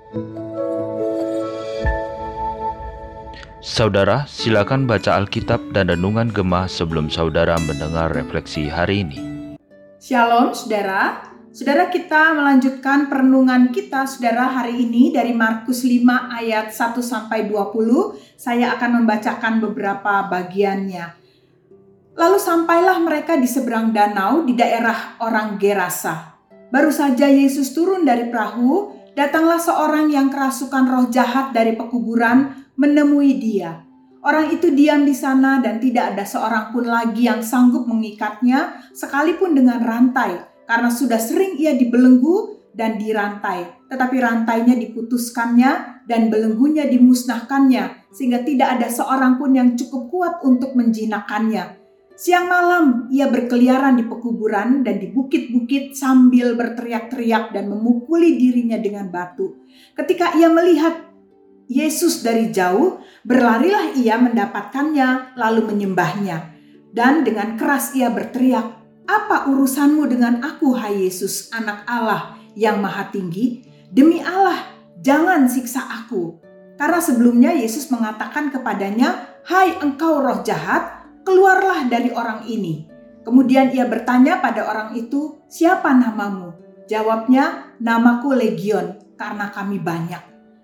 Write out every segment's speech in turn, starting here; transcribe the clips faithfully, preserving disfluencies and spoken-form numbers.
Saudara, silakan baca Alkitab dan Renungan Gemah sebelum saudara mendengar refleksi hari ini. Shalom saudara. Saudara, kita melanjutkan perenungan kita saudara hari ini dari Markus lima ayat satu sampai dua puluh. Saya akan membacakan beberapa bagiannya. Lalu sampailah mereka di seberang danau di daerah orang Gerasa. Baru saja Yesus turun dari perahu, datanglah seorang yang kerasukan roh jahat dari pekuburan menemui dia. Orang itu diam di sana dan tidak ada seorang pun lagi yang sanggup mengikatnya sekalipun dengan rantai. Karena sudah sering ia dibelenggu dan dirantai, tetapi rantainya diputuskannya dan belenggunya dimusnahkannya, sehingga tidak ada seorang pun yang cukup kuat untuk menjinakkannya. Siang malam ia berkeliaran di pekuburan dan di bukit-bukit sambil berteriak-teriak dan memukuli dirinya dengan batu. Ketika ia melihat Yesus dari jauh, berlarilah ia mendapatkannya lalu menyembahnya. Dan dengan keras ia berteriak, "Apa urusanmu dengan aku, hai Yesus, anak Allah yang maha tinggi? Demi Allah, jangan siksa aku." Karena sebelumnya Yesus mengatakan kepadanya, "Hai engkau roh jahat, keluarlah dari orang ini." Kemudian ia bertanya pada orang itu, "Siapa namamu?" Jawabnya, "Namaku Legion, karena kami banyak."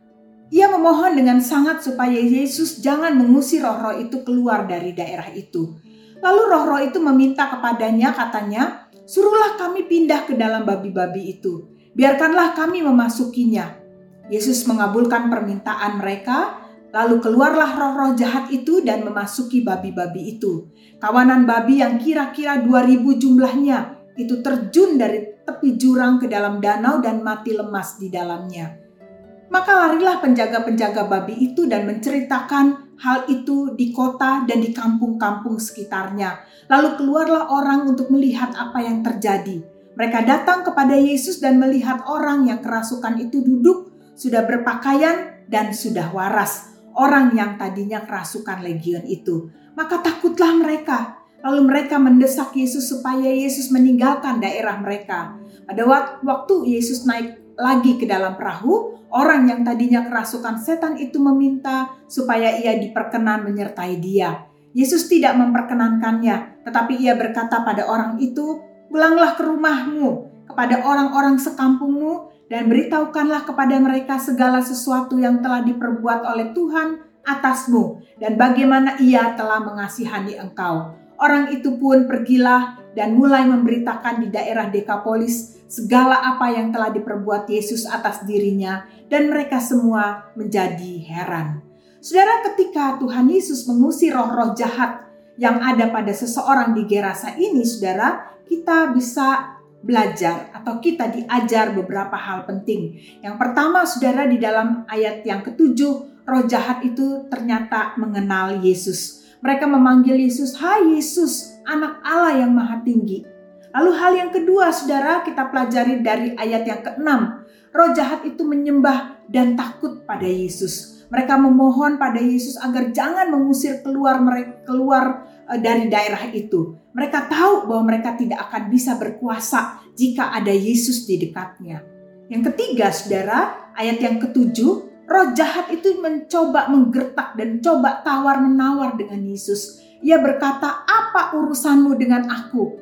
Ia memohon dengan sangat supaya Yesus jangan mengusir roh-roh itu keluar dari daerah itu. Lalu roh-roh itu meminta kepadanya, katanya, "Suruhlah kami pindah ke dalam babi-babi itu. Biarkanlah kami memasukinya." Yesus mengabulkan permintaan mereka, lalu keluarlah roh-roh jahat itu dan memasuki babi-babi itu. Kawanan babi yang kira-kira dua ribu jumlahnya itu terjun dari tepi jurang ke dalam danau dan mati lemas di dalamnya. Maka larilah penjaga-penjaga babi itu dan menceritakan hal itu di kota dan di kampung-kampung sekitarnya. Lalu keluarlah orang untuk melihat apa yang terjadi. Mereka datang kepada Yesus dan melihat orang yang kerasukan itu duduk, sudah berpakaian dan sudah waras. Orang yang tadinya kerasukan legion itu. Maka takutlah mereka. Lalu mereka mendesak Yesus supaya Yesus meninggalkan daerah mereka. Pada waktu Yesus naik lagi ke dalam perahu, orang yang tadinya kerasukan setan itu meminta supaya ia diperkenan menyertai dia. Yesus tidak memperkenankannya, tetapi ia berkata pada orang itu, "Pulanglah ke rumahmu, kepada orang-orang sekampungmu, dan beritahukanlah kepada mereka segala sesuatu yang telah diperbuat oleh Tuhan atasmu, dan bagaimana ia telah mengasihani engkau." Orang itu pun pergilah dan mulai memberitakan di daerah Dekapolis segala apa yang telah diperbuat Yesus atas dirinya, dan mereka semua menjadi heran. Saudara, ketika Tuhan Yesus mengusir roh-roh jahat yang ada pada seseorang di Gerasa ini, saudara, kita bisa belajar atau kita diajar beberapa hal penting. Yang pertama, saudara, di dalam ayat yang ketujuh, roh jahat itu ternyata mengenal Yesus. Mereka memanggil Yesus, "Hai Yesus, anak Allah yang maha tinggi." Lalu hal yang kedua, saudara, kita pelajari dari ayat yang keenam. Roh jahat itu menyembah dan takut pada Yesus. Mereka memohon pada Yesus agar jangan mengusir keluar mereka keluar dari daerah itu. Mereka tahu bahwa mereka tidak akan bisa berkuasa jika ada Yesus di dekatnya. Yang ketiga, saudara, ayat yang ketujuh, roh jahat itu mencoba menggertak dan coba tawar-menawar dengan Yesus. Ia berkata, "Apa urusanmu dengan aku?"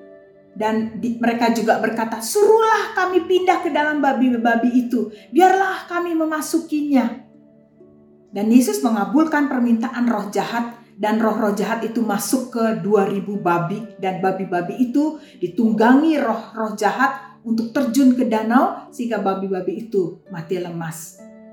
Dan di, mereka juga berkata, "Suruhlah kami pindah ke dalam babi-babi itu. Biarlah kami memasukinya." Dan Yesus mengabulkan permintaan roh jahat, dan roh-roh jahat itu masuk ke dua ribu babi. Dan babi-babi itu ditunggangi roh-roh jahat untuk terjun ke danau sehingga babi-babi itu mati lemas.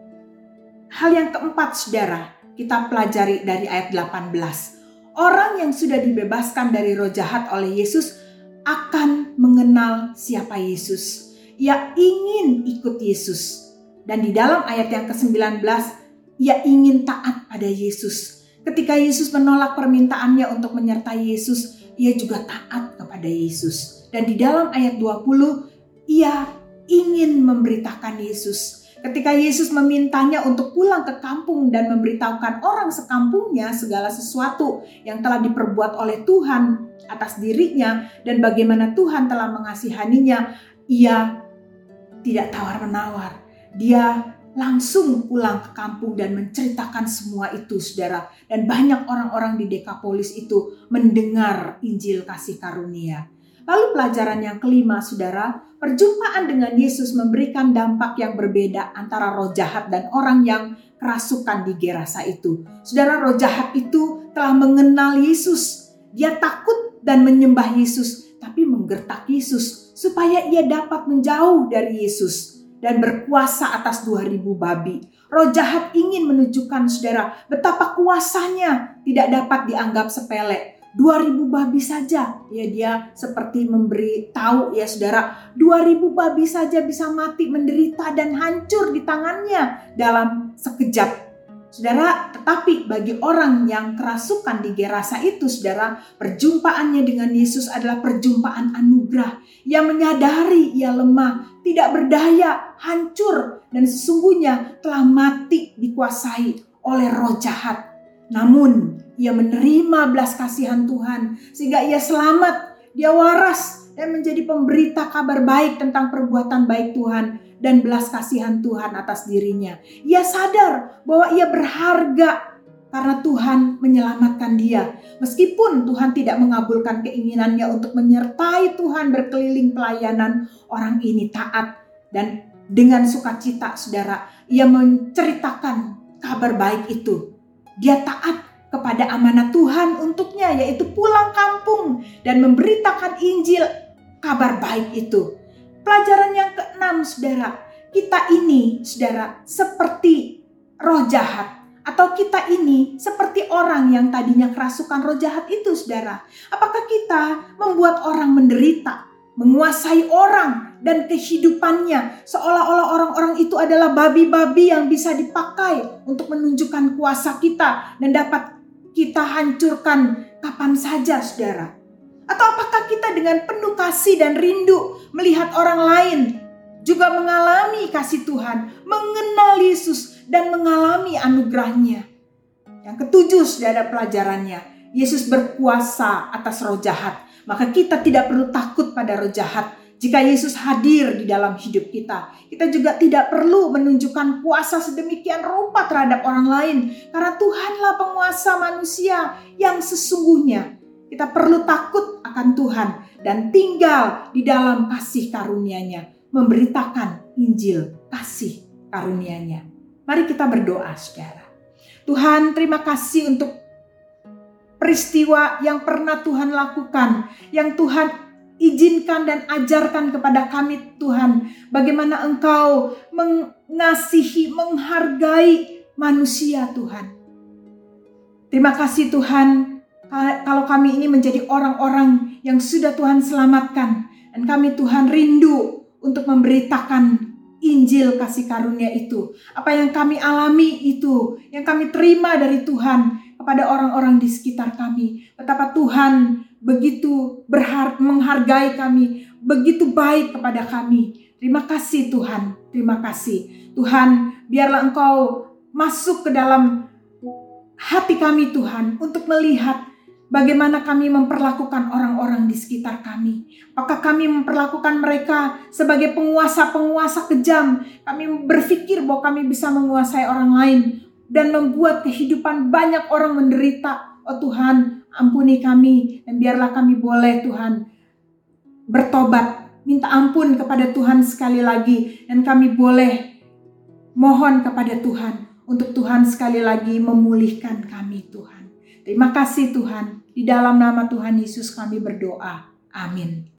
Hal yang keempat, saudara, kita pelajari dari ayat delapan belas. Orang yang sudah dibebaskan dari roh jahat oleh Yesus akan mengenal siapa Yesus. Ia ingin ikut Yesus. Dan di dalam ayat yang kesembilan belas, ia ingin taat pada Yesus. Ketika Yesus menolak permintaannya untuk menyertai Yesus, ia juga taat kepada Yesus. Dan di dalam ayat dua puluh, ia ingin memberitakan Yesus. Ketika Yesus memintanya untuk pulang ke kampung dan memberitahukan orang sekampungnya segala sesuatu yang telah diperbuat oleh Tuhan atas dirinya dan bagaimana Tuhan telah mengasihaninya, ia tidak tawar-menawar. Dia langsung pulang ke kampung dan menceritakan semua itu, saudara. Dan banyak orang-orang di Dekapolis itu mendengar Injil kasih karunia. Lalu pelajaran yang kelima, saudara, perjumpaan dengan Yesus memberikan dampak yang berbeda antara roh jahat dan orang yang kerasukan di Gerasa itu. Saudara, roh jahat itu telah mengenal Yesus. Dia takut dan menyembah Yesus, tapi menggertak Yesus supaya ia dapat menjauh dari Yesus dan berkuasa atas dua ribu babi. Roh jahat ingin menunjukkan, saudara, betapa kuasanya tidak dapat dianggap sepele. dua ribu babi saja, ya dia seperti memberi tahu, ya saudara, dua ribu babi saja bisa mati, menderita dan hancur di tangannya dalam sekejap. Saudara, tetapi bagi orang yang kerasukan di Gerasa itu, saudara, perjumpaannya dengan Yesus adalah perjumpaan anugerah. Ia menyadari ia lemah, tidak berdaya, hancur, dan sesungguhnya telah mati dikuasai oleh roh jahat. Namun, ia menerima belas kasihan Tuhan sehingga ia selamat, dia waras dan menjadi pemberita kabar baik tentang perbuatan baik Tuhan dan belas kasihan Tuhan atas dirinya. Ia sadar bahwa ia berharga karena Tuhan menyelamatkan dia. Meskipun Tuhan tidak mengabulkan keinginannya untuk menyertai Tuhan berkeliling pelayanan, orang ini taat dan dengan sukacita, saudara, ia menceritakan kabar baik itu. Dia taat kepada amanat Tuhan untuknya, yaitu pulang kampung dan memberitakan Injil kabar baik itu. Pelajaran yang keenam, saudara, kita ini, saudara, seperti roh jahat, atau kita ini seperti orang yang tadinya kerasukan roh jahat itu, saudara. Apakah kita membuat orang menderita, menguasai orang dan kehidupannya, seolah-olah orang-orang itu adalah babi-babi yang bisa dipakai untuk menunjukkan kuasa kita dan dapat kita hancurkan kapan saja, saudara? Atau apakah kita dengan penuh kasih dan rindu melihat orang lain juga mengalami kasih Tuhan, mengenal Yesus dan mengalami anugerahnya? Yang ketujuh, saudara, pelajarannya, Yesus berkuasa atas roh jahat. Maka kita tidak perlu takut pada roh jahat. Jika Yesus hadir di dalam hidup kita, kita juga tidak perlu menunjukkan kuasa sedemikian rupa terhadap orang lain. Karena Tuhanlah penguasa manusia yang sesungguhnya. Kita perlu takut akan Tuhan dan tinggal di dalam kasih karunia-Nya, memberitakan Injil kasih karunia-Nya. Mari kita berdoa, saudara. Tuhan, terima kasih untuk peristiwa yang pernah Tuhan lakukan, yang Tuhan izinkan dan ajarkan kepada kami, Tuhan. Bagaimana Engkau mengasihi, menghargai manusia, Tuhan. Terima kasih, Tuhan, kalau kami ini menjadi orang-orang yang sudah Tuhan selamatkan. Dan kami, Tuhan, rindu untuk memberitakan Injil kasih karunia itu. Apa yang kami alami itu, yang kami terima dari Tuhan kepada orang-orang di sekitar kami. Betapa Tuhan begitu berhar- menghargai kami, begitu baik kepada kami. Terima kasih, Tuhan, terima kasih. Tuhan, biarlah Engkau masuk ke dalam hati kami, Tuhan, untuk melihat bagaimana kami memperlakukan orang-orang di sekitar kami. Apakah kami memperlakukan mereka sebagai penguasa-penguasa kejam? Kami berpikir bahwa kami bisa menguasai orang lain dan membuat kehidupan banyak orang menderita. Oh Tuhan, ampuni kami dan biarlah kami boleh, Tuhan, bertobat, minta ampun kepada Tuhan sekali lagi. Dan kami boleh mohon kepada Tuhan untuk Tuhan sekali lagi memulihkan kami, Tuhan. Terima kasih, Tuhan. Di dalam nama Tuhan Yesus kami berdoa. Amin.